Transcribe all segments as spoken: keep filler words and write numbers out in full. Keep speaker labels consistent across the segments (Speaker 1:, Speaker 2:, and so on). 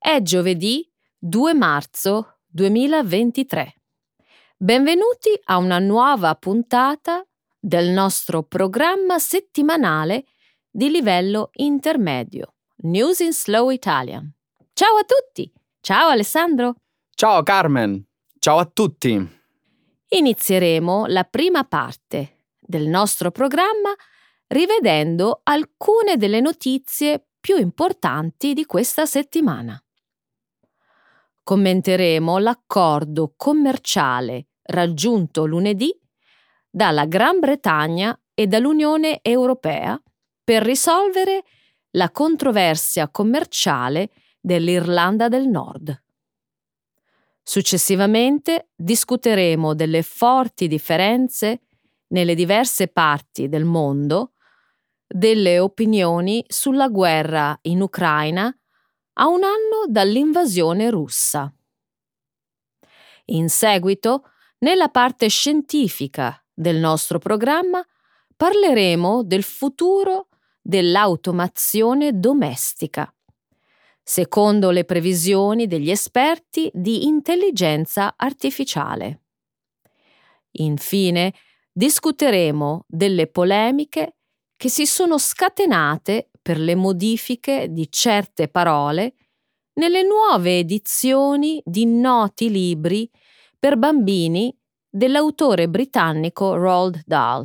Speaker 1: È giovedì due marzo duemilaventitré. Benvenuti a una nuova puntata del nostro programma settimanale di livello intermedio, News in Slow Italian. Ciao a tutti! Ciao Alessandro!
Speaker 2: Ciao Carmen! Ciao a tutti!
Speaker 1: Inizieremo la prima parte del nostro programma rivedendo alcune delle notizie più importanti di questa settimana. Commenteremo l'accordo commerciale raggiunto lunedì dalla Gran Bretagna e dall'Unione Europea per risolvere la controversia commerciale dell'Irlanda del Nord. Successivamente discuteremo delle forti differenze nelle diverse parti del mondo, delle opinioni sulla guerra in Ucraina a un anno dall'invasione russa. In seguito, nella parte scientifica del nostro programma, parleremo del futuro dell'automazione domestica, secondo le previsioni degli esperti di intelligenza artificiale. Infine, discuteremo delle polemiche che si sono scatenate per le modifiche di certe parole nelle nuove edizioni di noti libri per bambini dell'autore britannico Roald Dahl.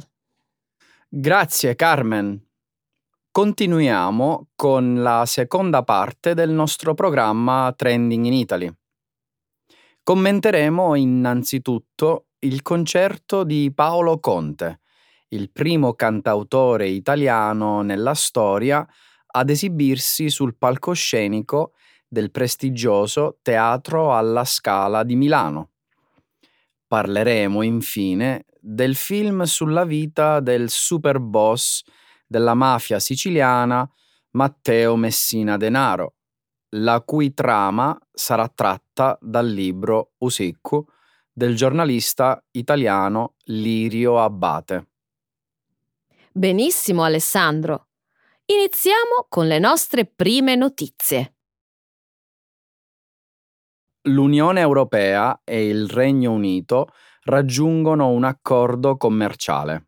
Speaker 2: Grazie Carmen! Continuiamo con la seconda parte del nostro programma Trending in Italy. Commenteremo innanzitutto il concerto di Paolo Conte, il primo cantautore italiano nella storia ad esibirsi sul palcoscenico del prestigioso Teatro alla Scala di Milano. Parleremo infine del film sulla vita del super boss della mafia siciliana Matteo Messina Denaro, la cui trama sarà tratta dal libro Usiccu del giornalista italiano Lirio Abbate.
Speaker 1: Benissimo Alessandro. Iniziamo con le nostre prime notizie.
Speaker 2: L'Unione Europea e il Regno Unito raggiungono un accordo commerciale.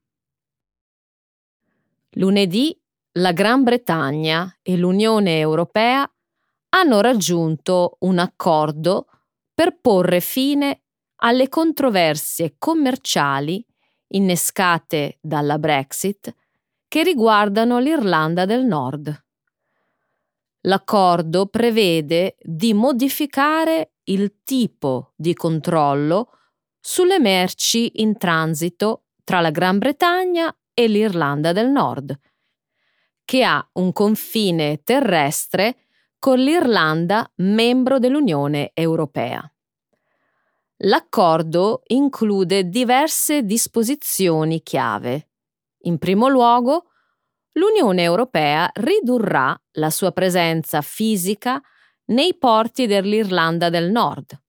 Speaker 1: Lunedì la Gran Bretagna e l'Unione Europea hanno raggiunto un accordo per porre fine alle controversie commerciali innescate dalla Brexit che riguardano l'Irlanda del Nord. L'accordo prevede di modificare il tipo di controllo sulle merci in transito tra la Gran Bretagna e l'Irlanda del Nord, che ha un confine terrestre con l'Irlanda membro dell'Unione Europea. L'accordo include diverse disposizioni chiave. In primo luogo, l'Unione Europea ridurrà la sua presenza fisica nei porti dell'Irlanda del Nord.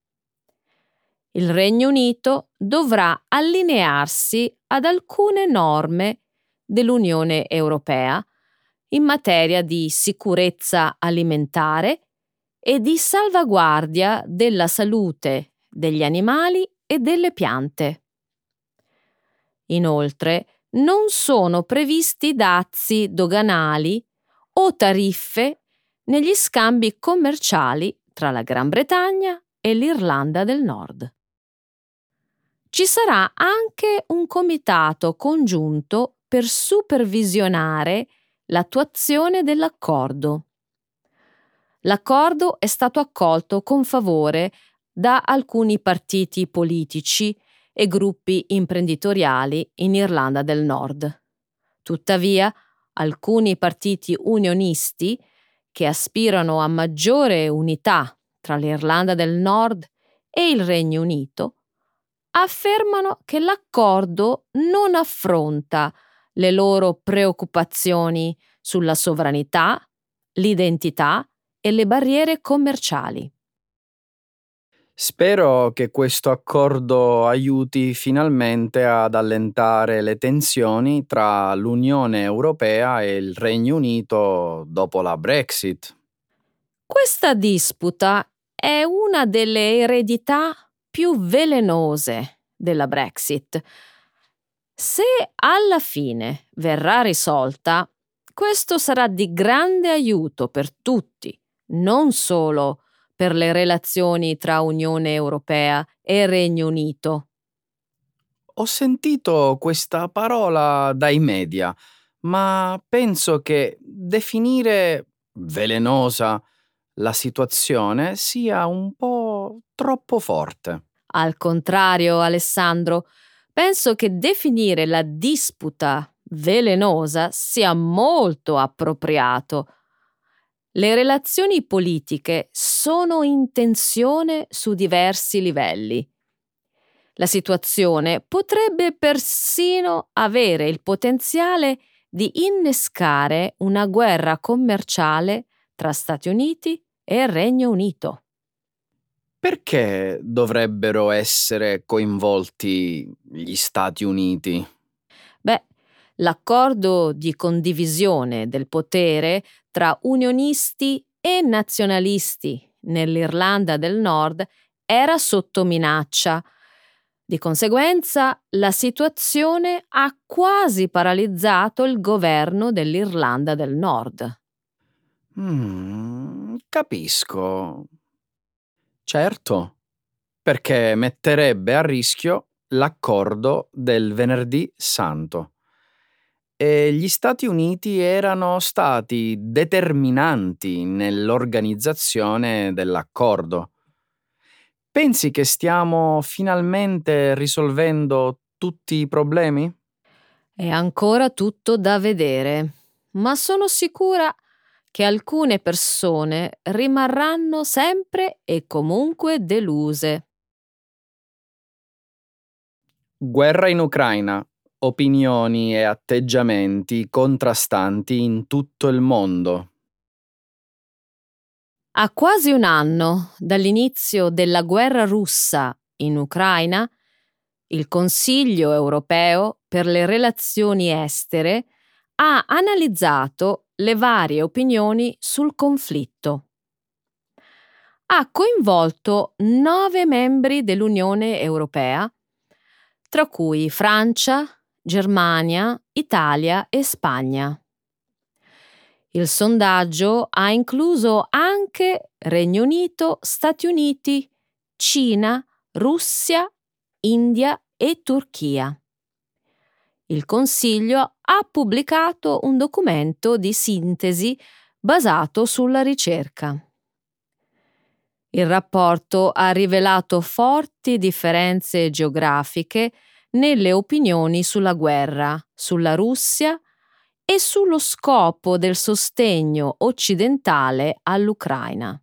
Speaker 1: Il Regno Unito dovrà allinearsi ad alcune norme dell'Unione Europea in materia di sicurezza alimentare e di salvaguardia della salute degli animali e delle piante. Inoltre, non sono previsti dazi doganali o tariffe negli scambi commerciali tra la Gran Bretagna e l'Irlanda del Nord. Ci sarà anche un comitato congiunto per supervisionare l'attuazione dell'accordo. L'accordo è stato accolto con favore da alcuni partiti politici e gruppi imprenditoriali in Irlanda del Nord. Tuttavia, alcuni partiti unionisti che aspirano a maggiore unità tra l'Irlanda del Nord e il Regno Unito affermano che l'accordo non affronta le loro preoccupazioni sulla sovranità, l'identità e le barriere commerciali.
Speaker 2: Spero che questo accordo aiuti finalmente ad allentare le tensioni tra l'Unione Europea e il Regno Unito dopo la Brexit.
Speaker 1: Questa disputa è una delle eredità più velenose della Brexit. Se alla fine verrà risolta, questo sarà di grande aiuto per tutti, non solo per le relazioni tra Unione Europea e Regno Unito.
Speaker 2: Ho sentito questa parola dai media, ma penso che definire velenosa la situazione sia un po' troppo forte.
Speaker 1: Al contrario, Alessandro, penso che definire la disputa velenosa sia molto appropriato. Le relazioni politiche sono in tensione su diversi livelli. La situazione potrebbe persino avere il potenziale di innescare una guerra commerciale tra Stati Uniti e Regno Unito.
Speaker 2: Perché dovrebbero essere coinvolti gli Stati Uniti?
Speaker 1: Beh, l'accordo di condivisione del potere tra unionisti e nazionalisti nell'Irlanda del Nord era sotto minaccia. Di conseguenza, la situazione ha quasi paralizzato il governo dell'Irlanda del Nord.
Speaker 2: Mm, capisco. Certo, perché metterebbe a rischio l'accordo del Venerdì Santo. E gli Stati Uniti erano stati determinanti nell'organizzazione dell'accordo. Pensi che stiamo finalmente risolvendo tutti i problemi?
Speaker 1: È ancora tutto da vedere, ma sono sicura che alcune persone rimarranno sempre e comunque deluse.
Speaker 2: Guerra in Ucraina, opinioni e atteggiamenti contrastanti in tutto il mondo.
Speaker 1: A quasi un anno dall'inizio della guerra russa in Ucraina, il Consiglio europeo per le relazioni estere ha analizzato le varie opinioni sul conflitto. Ha coinvolto nove membri dell'Unione Europea, tra cui Francia, Germania, Italia e Spagna. Il sondaggio ha incluso anche Regno Unito, Stati Uniti, Cina, Russia, India e Turchia. Il Consiglio ha pubblicato un documento di sintesi basato sulla ricerca. Il rapporto ha rivelato forti differenze geografiche nelle opinioni sulla guerra, sulla Russia e sullo scopo del sostegno occidentale all'Ucraina.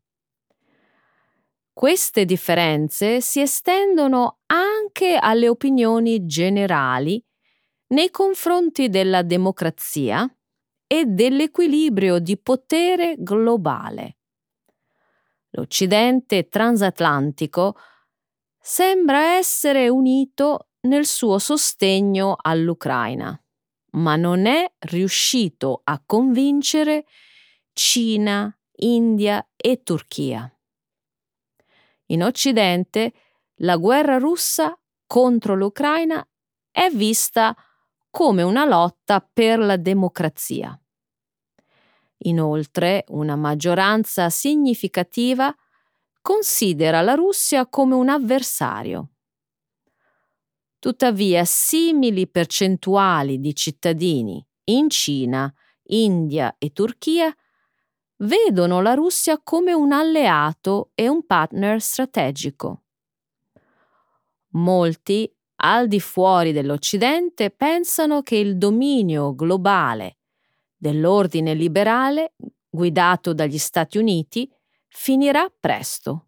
Speaker 1: Queste differenze si estendono anche alle opinioni generali nei confronti della democrazia e dell'equilibrio di potere globale. L'Occidente transatlantico sembra essere unito nel suo sostegno all'Ucraina, ma non è riuscito a convincere Cina, India e Turchia. In Occidente, la guerra russa contro l'Ucraina è vista come una lotta per la democrazia. Inoltre, una maggioranza significativa considera la Russia come un avversario. Tuttavia, simili percentuali di cittadini in Cina, India e Turchia vedono la Russia come un alleato e un partner strategico. Molti, al di fuori dell'Occidente, pensano che il dominio globale dell'ordine liberale, guidato dagli Stati Uniti, finirà presto.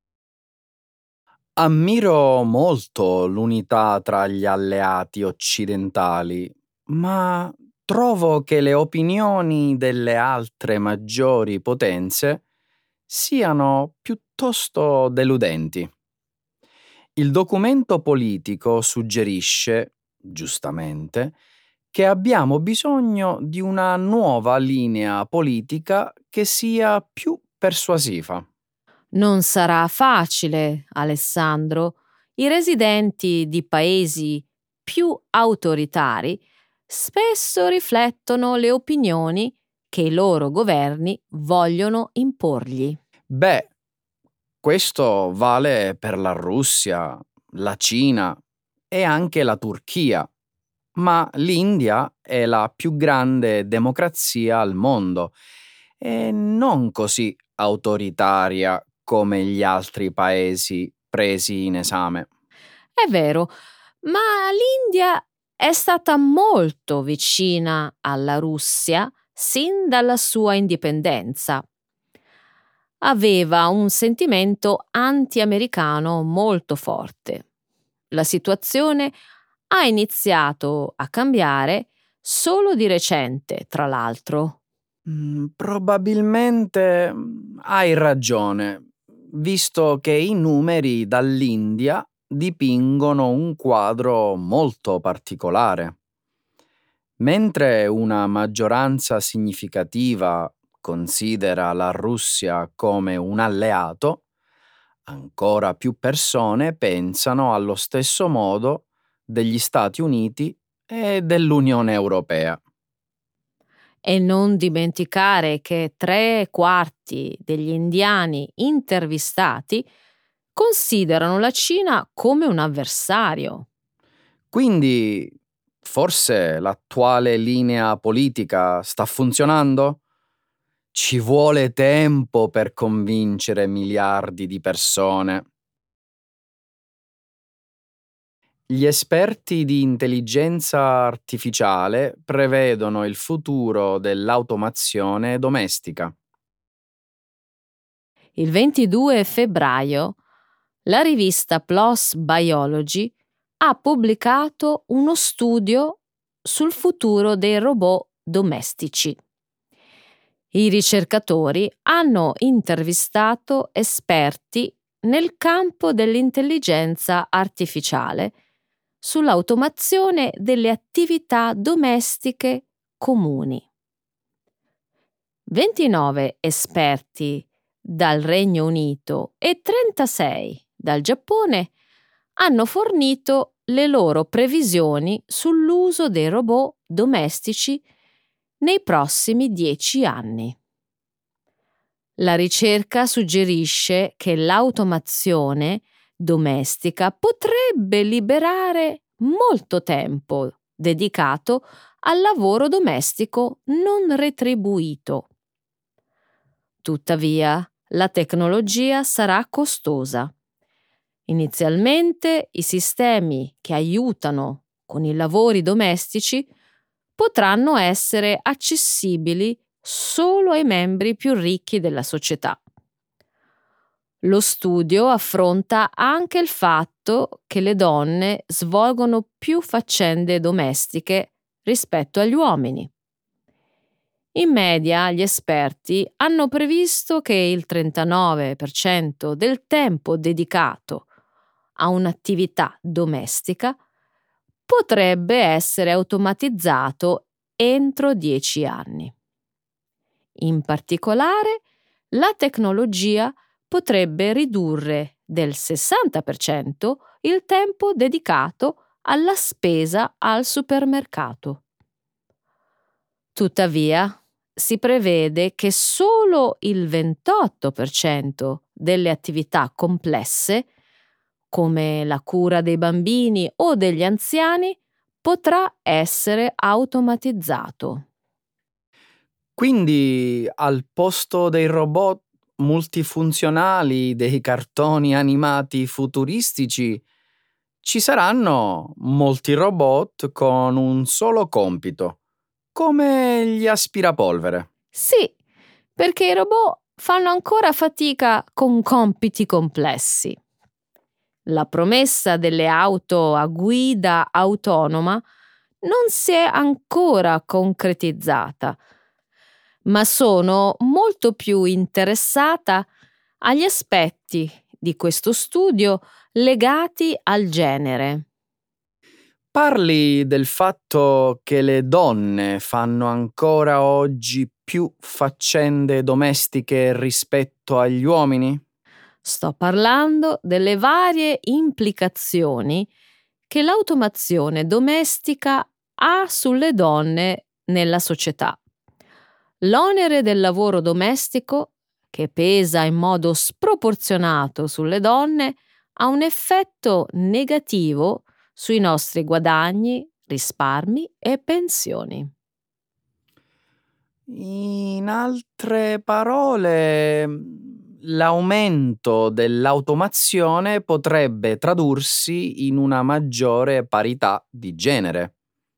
Speaker 2: Ammiro molto l'unità tra gli alleati occidentali, ma trovo che le opinioni delle altre maggiori potenze siano piuttosto deludenti. Il documento politico suggerisce, giustamente, che abbiamo bisogno di una nuova linea politica che sia più persuasiva.
Speaker 1: Non sarà facile, Alessandro. I residenti di paesi più autoritari spesso riflettono le opinioni che i loro governi vogliono imporgli.
Speaker 2: Beh, questo vale per la Russia, la Cina e anche la Turchia, ma l'India è la più grande democrazia al mondo e non così autoritaria come gli altri paesi presi in esame.
Speaker 1: È vero, ma l'India è stata molto vicina alla Russia sin dalla sua indipendenza. Aveva un sentimento anti-americano molto forte. La situazione ha iniziato a cambiare solo di recente, tra l'altro.
Speaker 2: Mm, probabilmente mm, hai ragione, visto che i numeri dall'India dipingono un quadro molto particolare. Mentre una maggioranza significativa considera la Russia come un alleato, ancora più persone pensano allo stesso modo degli Stati Uniti e dell'Unione Europea.
Speaker 1: E non dimenticare che tre quarti degli indiani intervistati considerano la Cina come un avversario.
Speaker 2: Quindi forse l'attuale linea politica sta funzionando? Ci vuole tempo per convincere miliardi di persone. Gli esperti di intelligenza artificiale prevedono il futuro dell'automazione domestica.
Speaker 1: Il ventidue febbraio la rivista PLOS Biology ha pubblicato uno studio sul futuro dei robot domestici. I ricercatori hanno intervistato esperti nel campo dell'intelligenza artificiale sull'automazione delle attività domestiche comuni. ventinove esperti dal Regno Unito e trentasei dal Giappone hanno fornito le loro previsioni sull'uso dei robot domestici nei prossimi dieci anni. La ricerca suggerisce che l'automazione domestica potrebbe liberare molto tempo dedicato al lavoro domestico non retribuito. Tuttavia, la tecnologia sarà costosa. Inizialmente i sistemi che aiutano con i lavori domestici potranno essere accessibili solo ai membri più ricchi della società. Lo studio affronta anche il fatto che le donne svolgono più faccende domestiche rispetto agli uomini. In media, gli esperti hanno previsto che il trentanove per cento del tempo dedicato a un'attività domestica potrebbe essere automatizzato entro dieci anni. In particolare, la tecnologia potrebbe ridurre del sessanta per cento il tempo dedicato alla spesa al supermercato. Tuttavia, si prevede che solo il ventotto per cento delle attività complesse, come la cura dei bambini o degli anziani, potrà essere automatizzato.
Speaker 2: Quindi al posto dei robot multifunzionali, dei cartoni animati futuristici, ci saranno molti robot con un solo compito, come gli aspirapolvere.
Speaker 1: Sì, perché i robot fanno ancora fatica con compiti complessi. La promessa delle auto a guida autonoma non si è ancora concretizzata, ma sono molto più interessata agli aspetti di questo studio legati al genere.
Speaker 2: Parli del fatto che le donne fanno ancora oggi più faccende domestiche rispetto agli uomini?
Speaker 1: Sto parlando delle varie implicazioni che l'automazione domestica ha sulle donne nella società. L'onere del lavoro domestico, che pesa in modo sproporzionato sulle donne, ha un effetto negativo sui nostri guadagni, risparmi e pensioni.
Speaker 2: In altre parole, l'aumento dell'automazione potrebbe tradursi in una maggiore parità di genere.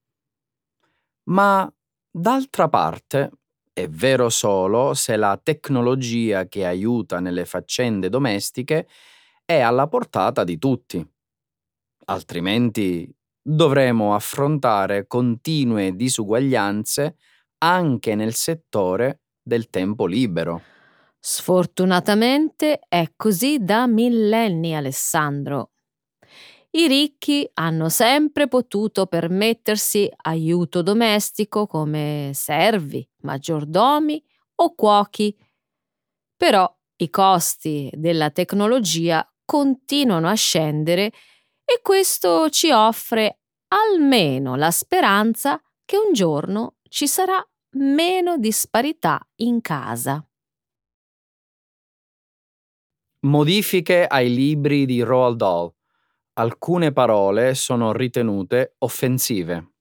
Speaker 2: Ma d'altra parte, è vero solo se la tecnologia che aiuta nelle faccende domestiche è alla portata di tutti. Altrimenti dovremo affrontare continue disuguaglianze anche nel settore del tempo libero.
Speaker 1: Sfortunatamente è così da millenni, Alessandro. I ricchi hanno sempre potuto permettersi aiuto domestico come servi, maggiordomi o cuochi. Però i costi della tecnologia continuano a scendere e questo ci offre almeno la speranza che un giorno ci sarà meno disparità in casa.
Speaker 2: Modifiche ai libri di Roald Dahl. Alcune parole sono ritenute offensive.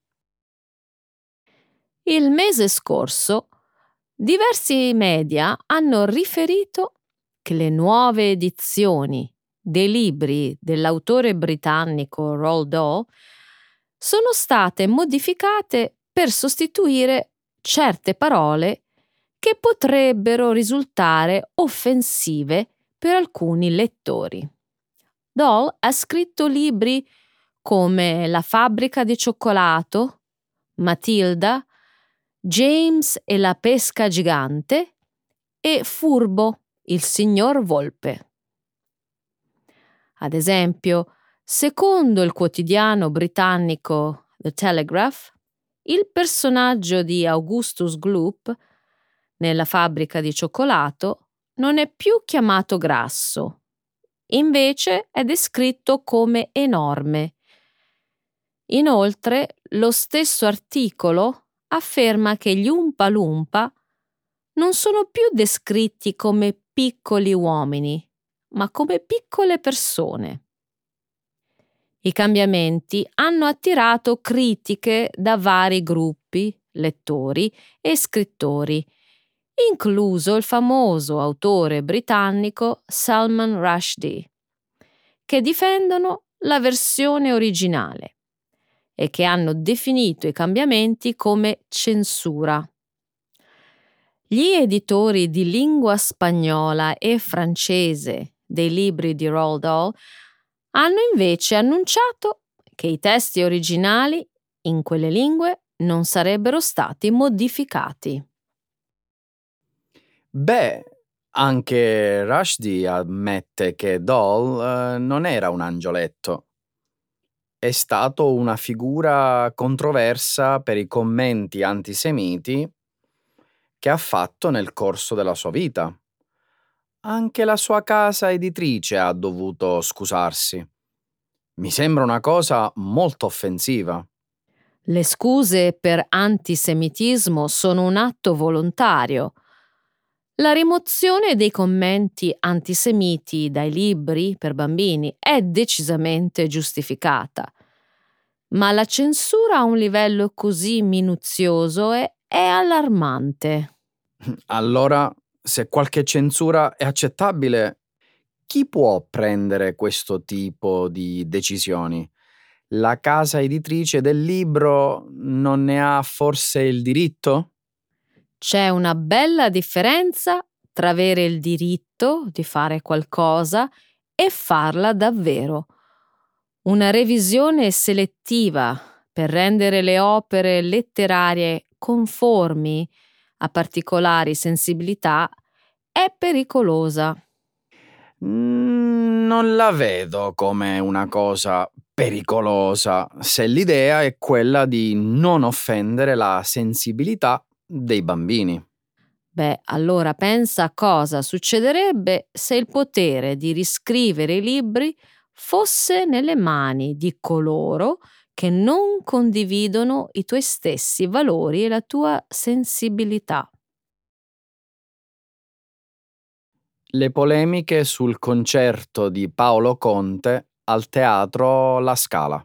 Speaker 1: Il mese scorso diversi media hanno riferito che le nuove edizioni dei libri dell'autore britannico Roald Dahl sono state modificate per sostituire certe parole che potrebbero risultare offensive per alcuni lettori. Dahl ha scritto libri come La fabbrica di cioccolato, Matilda, James e la pesca gigante e Furbo, il signor Volpe. Ad esempio, secondo il quotidiano britannico The Telegraph, il personaggio di Augustus Gloop nella fabbrica di cioccolato non è più chiamato grasso, invece è descritto come enorme. Inoltre, lo stesso articolo afferma che gli Oompa Loompa non sono più descritti come piccoli uomini, ma come piccole persone. I cambiamenti hanno attirato critiche da vari gruppi, lettori e scrittori, incluso il famoso autore britannico Salman Rushdie, che difendono la versione originale e che hanno definito i cambiamenti come censura. Gli editori di lingua spagnola e francese dei libri di Roald Dahl hanno invece annunciato che i testi originali in quelle lingue non sarebbero stati modificati.
Speaker 2: Beh, anche Rushdie ammette che Dahl eh, non era un angioletto. È stato una figura controversa per i commenti antisemiti che ha fatto nel corso della sua vita. Anche la sua casa editrice ha dovuto scusarsi. Mi sembra una cosa molto offensiva.
Speaker 1: Le scuse per antisemitismo sono un atto volontario. La rimozione dei commenti antisemiti dai libri per bambini è decisamente giustificata, ma la censura a un livello così minuzioso è, è allarmante.
Speaker 2: Allora, se qualche censura è accettabile, chi può prendere questo tipo di decisioni? La casa editrice del libro non ne ha forse il diritto?
Speaker 1: C'è una bella differenza tra avere il diritto di fare qualcosa e farla davvero. Una revisione selettiva per rendere le opere letterarie conformi a particolari sensibilità è pericolosa.
Speaker 2: Mm, Non la vedo come una cosa pericolosa, se l'idea è quella di non offendere la sensibilità dei bambini.
Speaker 1: Beh, allora pensa cosa succederebbe se il potere di riscrivere i libri fosse nelle mani di coloro che non condividono i tuoi stessi valori e la tua sensibilità.
Speaker 2: Le polemiche sul concerto di Paolo Conte al Teatro La Scala.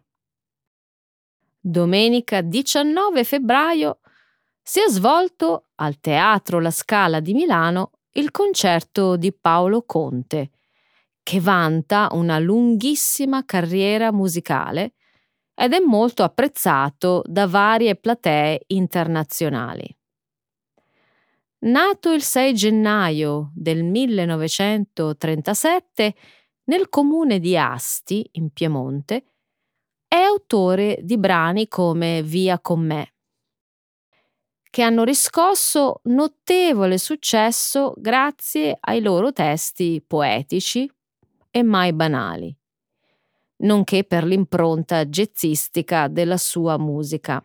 Speaker 1: Domenica diciannove febbraio si è svolto al Teatro La Scala di Milano il concerto di Paolo Conte, che vanta una lunghissima carriera musicale ed è molto apprezzato da varie platee internazionali. Nato il sei gennaio del millenovecentotrentasette nel comune di Asti, in Piemonte, è autore di brani come Via con me, che hanno riscosso notevole successo grazie ai loro testi poetici e mai banali, nonché per l'impronta jazzistica della sua musica.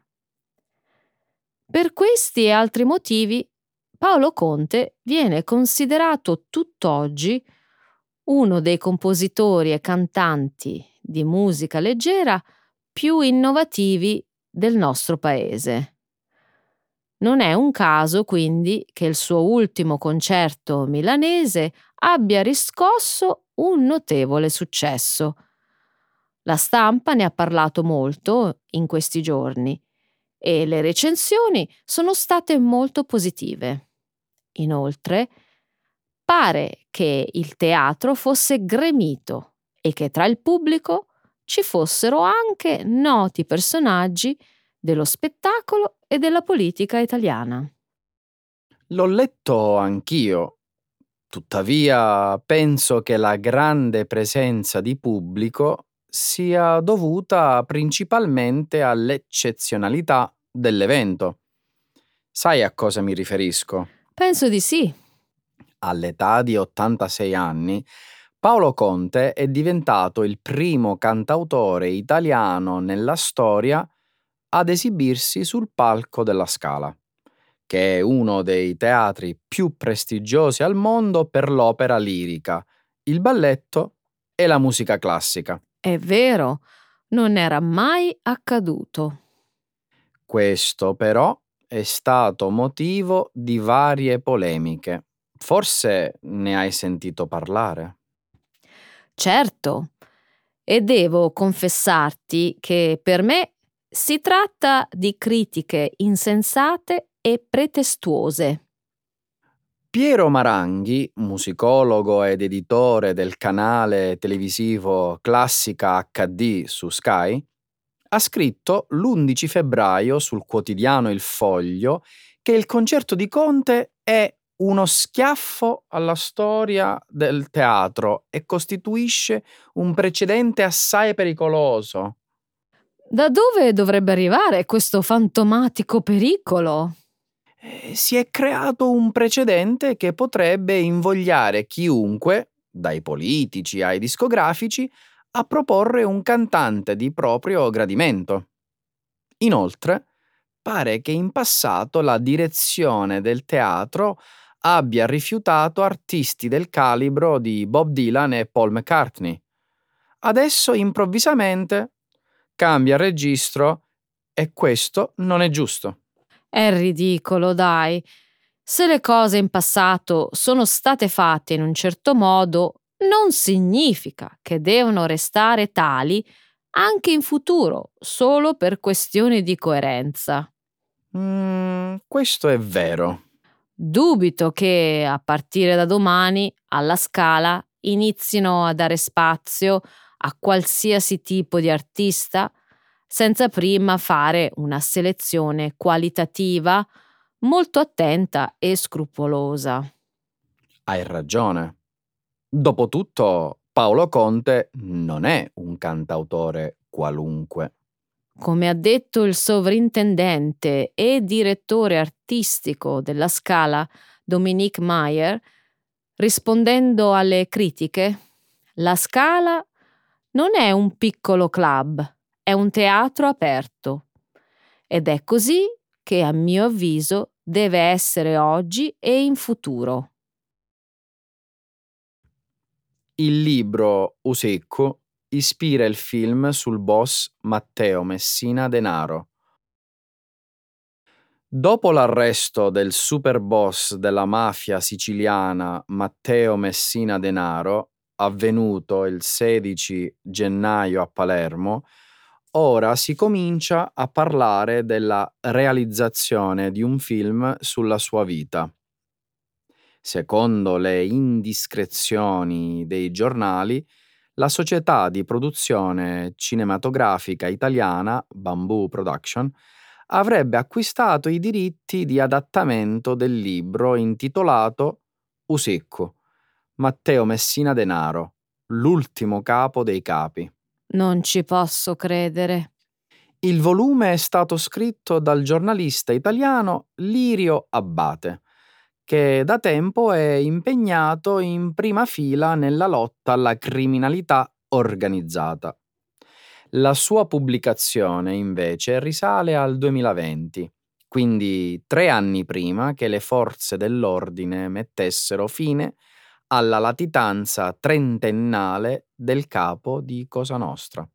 Speaker 1: Per questi e altri motivi, Paolo Conte viene considerato tutt'oggi uno dei compositori e cantanti di musica leggera più innovativi del nostro paese. Non è un caso, quindi, che il suo ultimo concerto milanese abbia riscosso un notevole successo. La stampa ne ha parlato molto in questi giorni e le recensioni sono state molto positive. Inoltre, pare che il teatro fosse gremito e che tra il pubblico ci fossero anche noti personaggi dello spettacolo e della politica italiana.
Speaker 2: L'ho letto anch'io, tuttavia penso che la grande presenza di pubblico sia dovuta principalmente all'eccezionalità dell'evento. Sai a cosa mi riferisco?
Speaker 1: Penso di sì.
Speaker 2: All'età di ottantasei anni, Paolo Conte è diventato il primo cantautore italiano nella storia ad esibirsi sul palco della Scala, che è uno dei teatri più prestigiosi al mondo per l'opera lirica, il balletto e la musica classica.
Speaker 1: È vero, non era mai accaduto.
Speaker 2: Questo però è stato motivo di varie polemiche. Forse ne hai sentito parlare?
Speaker 1: Certo, e devo confessarti che per me si tratta di critiche insensate e pretestuose.
Speaker 2: Piero Maranghi, musicologo ed editore del canale televisivo Classica acca di su Sky, ha scritto l'undici febbraio sul quotidiano Il Foglio che il concerto di Conte è uno schiaffo alla storia del teatro e costituisce un precedente assai pericoloso.
Speaker 1: Da dove dovrebbe arrivare questo fantomatico pericolo?
Speaker 2: Eh, si è creato un precedente che potrebbe invogliare chiunque, dai politici ai discografici, a proporre un cantante di proprio gradimento. Inoltre, pare che in passato la direzione del teatro abbia rifiutato artisti del calibro di Bob Dylan e Paul McCartney. Adesso improvvisamente cambia registro e questo non è giusto.
Speaker 1: È ridicolo, dai. Se le cose in passato sono state fatte in un certo modo, non significa che devono restare tali anche in futuro, solo per questioni di coerenza.
Speaker 2: Mm, questo è vero.
Speaker 1: Dubito che a partire da domani alla Scala inizino a dare spazio a qualsiasi tipo di artista senza prima fare una selezione qualitativa molto attenta e scrupolosa.
Speaker 2: Hai ragione. Dopotutto, Paolo Conte non è un cantautore qualunque.
Speaker 1: Come ha detto il sovrintendente e direttore artistico della Scala, Dominique Meyer, rispondendo alle critiche, la Scala non è un piccolo club, è un teatro aperto. Ed è così che, a mio avviso, deve essere oggi e in futuro.
Speaker 2: Il libro Usecco ispira il film sul boss Matteo Messina Denaro. Dopo l'arresto del super boss della mafia siciliana Matteo Messina Denaro, avvenuto il sedici gennaio a Palermo, ora si comincia a parlare della realizzazione di un film sulla sua vita. Secondo le indiscrezioni dei giornali, la società di produzione cinematografica italiana Bamboo Production avrebbe acquistato i diritti di adattamento del libro intitolato Usecco, Matteo Messina Denaro, l'ultimo capo dei capi.
Speaker 1: Non ci posso credere.
Speaker 2: Il volume è stato scritto dal giornalista italiano Lirio Abbate, che da tempo è impegnato in prima fila nella lotta alla criminalità organizzata. La sua pubblicazione, invece, risale al duemilaventi, quindi tre anni prima che le forze dell'ordine mettessero fine alla latitanza trentennale del capo di Cosa Nostra.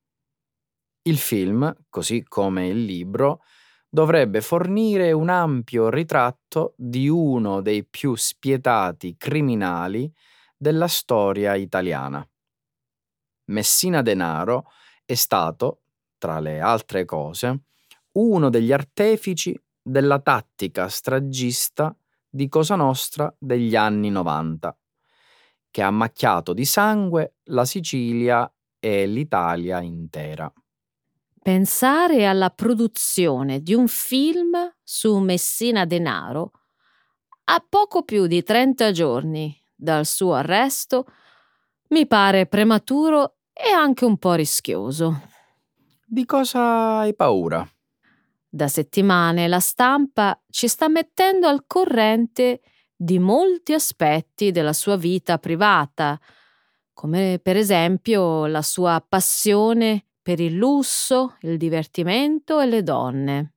Speaker 2: Il film, così come il libro, dovrebbe fornire un ampio ritratto di uno dei più spietati criminali della storia italiana. Messina Denaro è stato, tra le altre cose, uno degli artefici della tattica stragista di Cosa Nostra degli anni novanta, che ha macchiato di sangue la Sicilia e l'Italia intera.
Speaker 1: Pensare alla produzione di un film su Messina Denaro a poco più di trenta giorni dal suo arresto mi pare prematuro e anche un po' rischioso.
Speaker 2: Di cosa hai paura?
Speaker 1: Da settimane la stampa ci sta mettendo al corrente di molti aspetti della sua vita privata, come per esempio la sua passione per il lusso, il divertimento e le donne.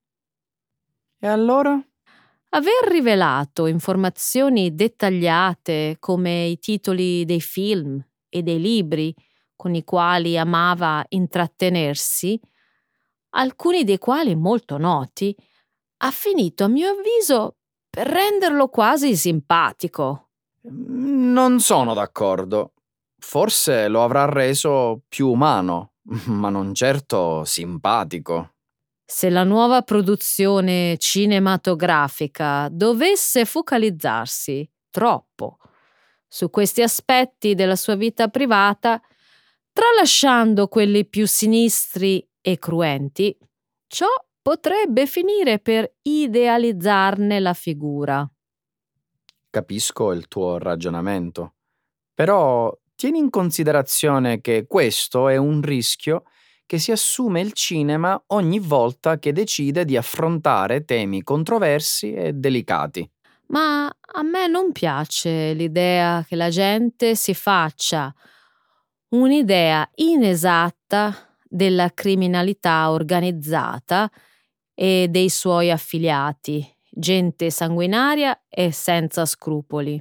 Speaker 2: E allora?
Speaker 1: Aver rivelato informazioni dettagliate come i titoli dei film e dei libri con i quali amava intrattenersi, alcuni dei quali molto noti, ha finito a mio avviso per renderlo quasi simpatico.
Speaker 2: Non sono d'accordo. Forse lo avrà reso più umano, ma non certo simpatico.
Speaker 1: Se la nuova produzione cinematografica dovesse focalizzarsi troppo su questi aspetti della sua vita privata, tralasciando quelli più sinistri e cruenti, ciò potrebbe finire per idealizzarne la figura.
Speaker 2: Capisco il tuo ragionamento, però tieni in considerazione che questo è un rischio che si assume il cinema ogni volta che decide di affrontare temi controversi e delicati.
Speaker 1: Ma a me non piace l'idea che la gente si faccia un'idea inesatta della criminalità organizzata e dei suoi affiliati, gente sanguinaria e senza scrupoli.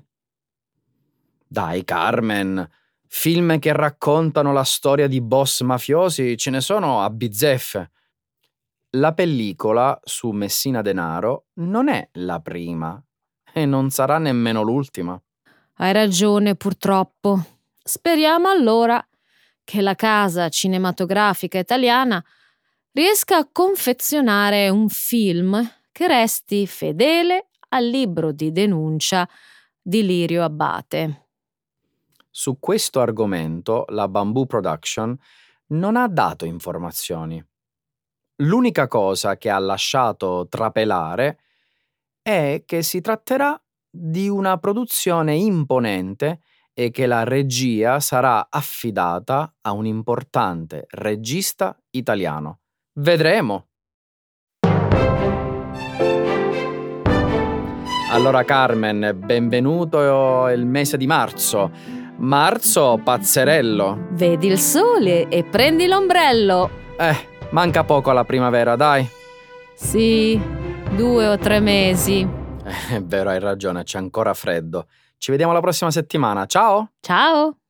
Speaker 2: Dai, Carmen, film che raccontano la storia di boss mafiosi ce ne sono a bizzeffe. La pellicola su Messina Denaro non è la prima e non sarà nemmeno l'ultima.
Speaker 1: Hai ragione, purtroppo. Speriamo allora che la casa cinematografica italiana riesca a confezionare un film che resti fedele al libro di denuncia di Lirio Abbate.
Speaker 2: Su questo argomento la Bamboo Production non ha dato informazioni. L'unica cosa che ha lasciato trapelare è che si tratterà di una produzione imponente e che la regia sarà affidata a un importante regista italiano. Vedremo. Allora Carmen, benvenuto il mese di marzo. Marzo pazzerello.
Speaker 1: Vedi il sole e prendi l'ombrello.
Speaker 2: Eh, manca poco alla primavera, dai.
Speaker 1: Sì, Due o tre mesi.
Speaker 2: Eh, È vero, hai ragione, c'è ancora freddo. Ci vediamo la prossima settimana. Ciao!
Speaker 1: Ciao!